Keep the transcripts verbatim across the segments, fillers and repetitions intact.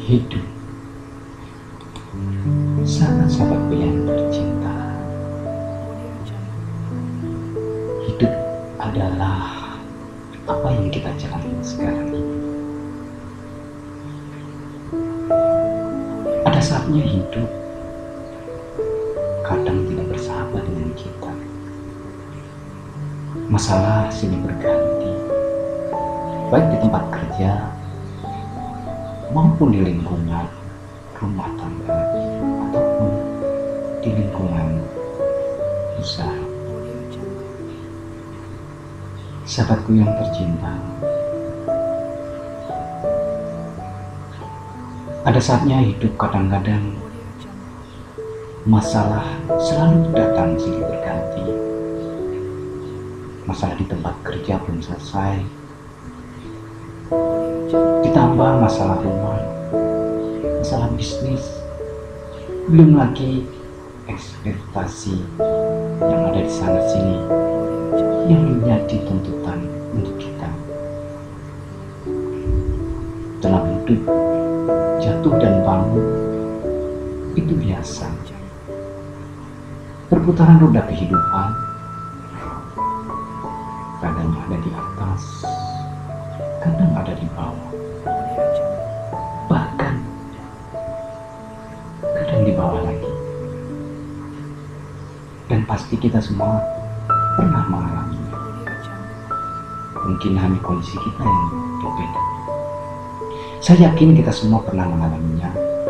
Hidup, sahabat-sahabatku yang tercinta, hidup adalah apa yang kita jalani sekarang ini. Ada saatnya hidup kadang tidak bersahabat dengan kita. Masalah sini berganti, baik di tempat kerja maupun di lingkungan rumah tangga ataupun di lingkungan usaha. Sahabatku yang tercinta, ada saatnya hidup kadang-kadang masalah selalu datang silih berganti. Masalah di tempat kerja belum selesai, ditambah masalah rumah, masalah bisnis, belum lagi ekspektasi yang ada di sana sini yang menjadi tuntutan untuk kita. Dalam hidup, jatuh dan bangun itu biasa. Perputaran roda kehidupan, kadang ada di atas, kadang ada di bawah, bahkan kadang di bawah lagi. Dan pasti kita semua pernah mengalaminya. Mungkin hanya kondisi kita yang berbeda. Saya yakin kita semua pernah mengalaminya.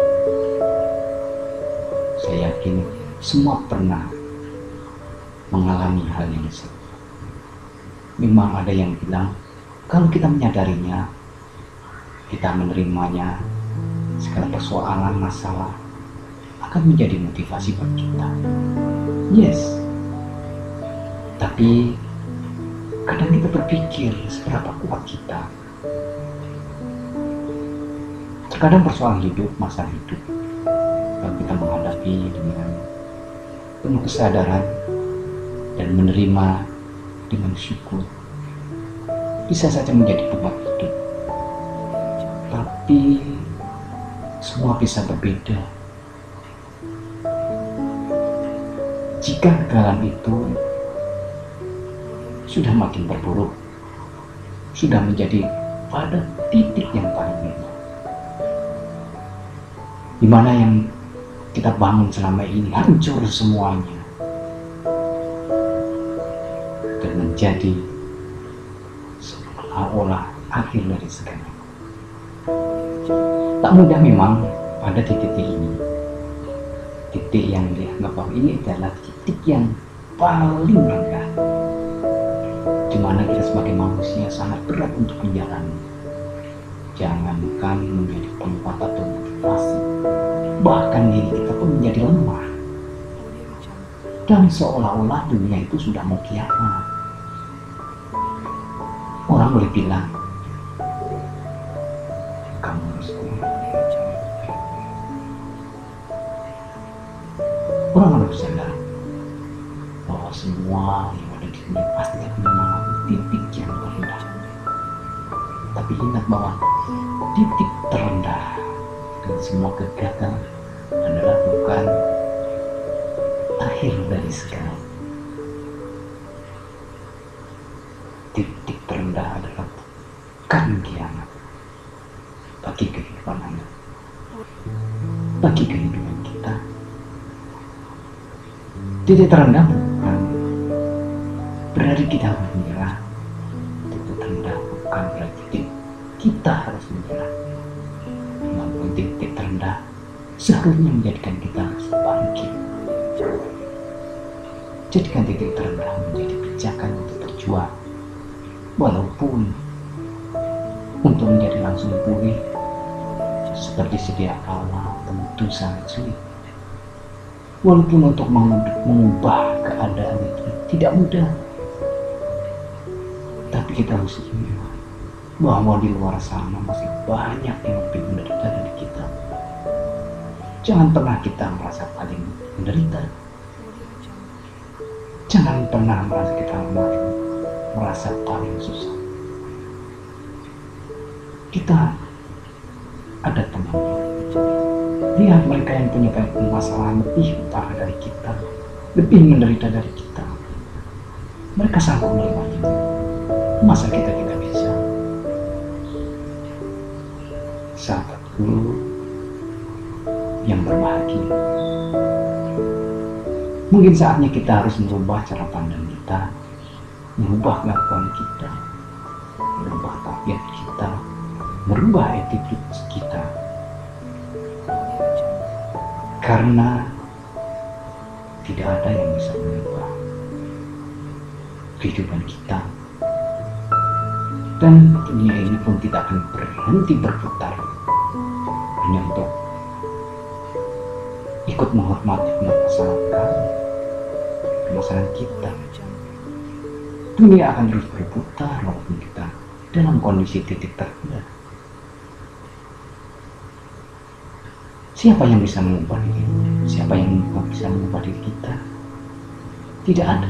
Saya yakin semua pernah mengalami hal yang sama. Memang ada yang bilang, kalau kita menyadarinya, kita menerimanya, segala persoalan, masalah akan menjadi motivasi bagi kita. Yes, tapi kadang kita berpikir seberapa kuat kita. Terkadang persoalan hidup, masalah hidup, kalau kita menghadapi dengan penuh kesadaran dan menerima dengan syukur, bisa saja menjadi beban hidup. Tapi semua bisa berbeda. Jika kegagalan itu sudah makin berburuk, sudah menjadi pada titik yang paling rendah, di mana yang kita bangun selama ini hancur semuanya dan menjadi seolah-olah akhir dari segalanya. Tak mudah memang pada titik ini, titik yang dianggap bahwa ini adalah titik yang paling rendah, di mana kita sebagai manusia sangat berat untuk menjalani. Jangankan menjadi penguat atau motivasi, bahkan diri kita pun menjadi lemah. Dan seolah-olah dunia itu sudah mau kiamat. Orang boleh bilang, kamu harus kuat. Orang harus sadar bahwa semua yang ada di dunia pasti akan mengalami titik yang terendah. Tapi ingat bahwa titik terendah dan semua kegagalan adalah bukan akhir dari segala. Titik terendah adalah bukan kiamat bagi kehidupan Anda, bagi kehidupan kita. Titik terendah bukan berarti kita harus menyerah. Titik terendah bukan berarti kita harus menyerah. Namun titik terendah seharusnya menjadikan kita harus bangkit. Jadikan titik terendah menjadi pijakan untuk berjuang, walaupun untuk menjadi langsung pulih seperti sedia kala tentu sangat sulit. Walaupun untuk mengubah keadaan itu tidak mudah, tapi kita harus ingat bahwa di luar sana masih banyak yang lebih menderita dari kita. Jangan pernah kita merasa paling menderita. Jangan pernah merasa kita merasa paling susah. Kita ada temannya. Lihat mereka yang punya masalah lebih utara dari kita, lebih menderita dari kita. Mereka sanggup melewatinya. Masa kita tidak bisa? Sahabatku yang berbahagia, mungkin saatnya kita harus merubah cara pandang kita, merubah kelakuan kita, merubah tabiat kita, merubah attitude kita. Karena tidak ada yang bisa mengubah kehidupan kita. Dan dunia ini pun tidak akan berhenti berputar hanya untuk ikut menghormati permasalahan kami, permasalahan kita. Dunia akan terus berputar walaupun kita dalam kondisi titik terendah. Siapa yang bisa mengubah diri? Siapa yang bisa mengubah diri kita? Tidak ada.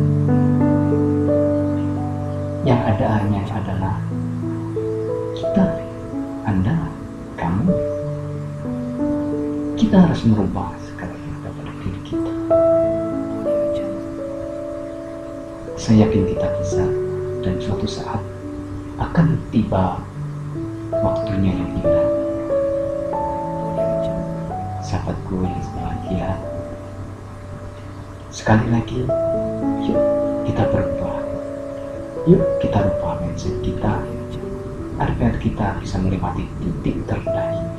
Yang ada hanya adalah kita, Anda, kamu. Kita harus merubah segalanya pada diri kita. Saya yakin kita bisa, dan suatu saat akan tiba waktunya yang indah. Sahabatku yang bahagia, sekali lagi, yuk kita berubah. Yuk kita rubah mindset kita agar kita bisa melewati titik terendah ini.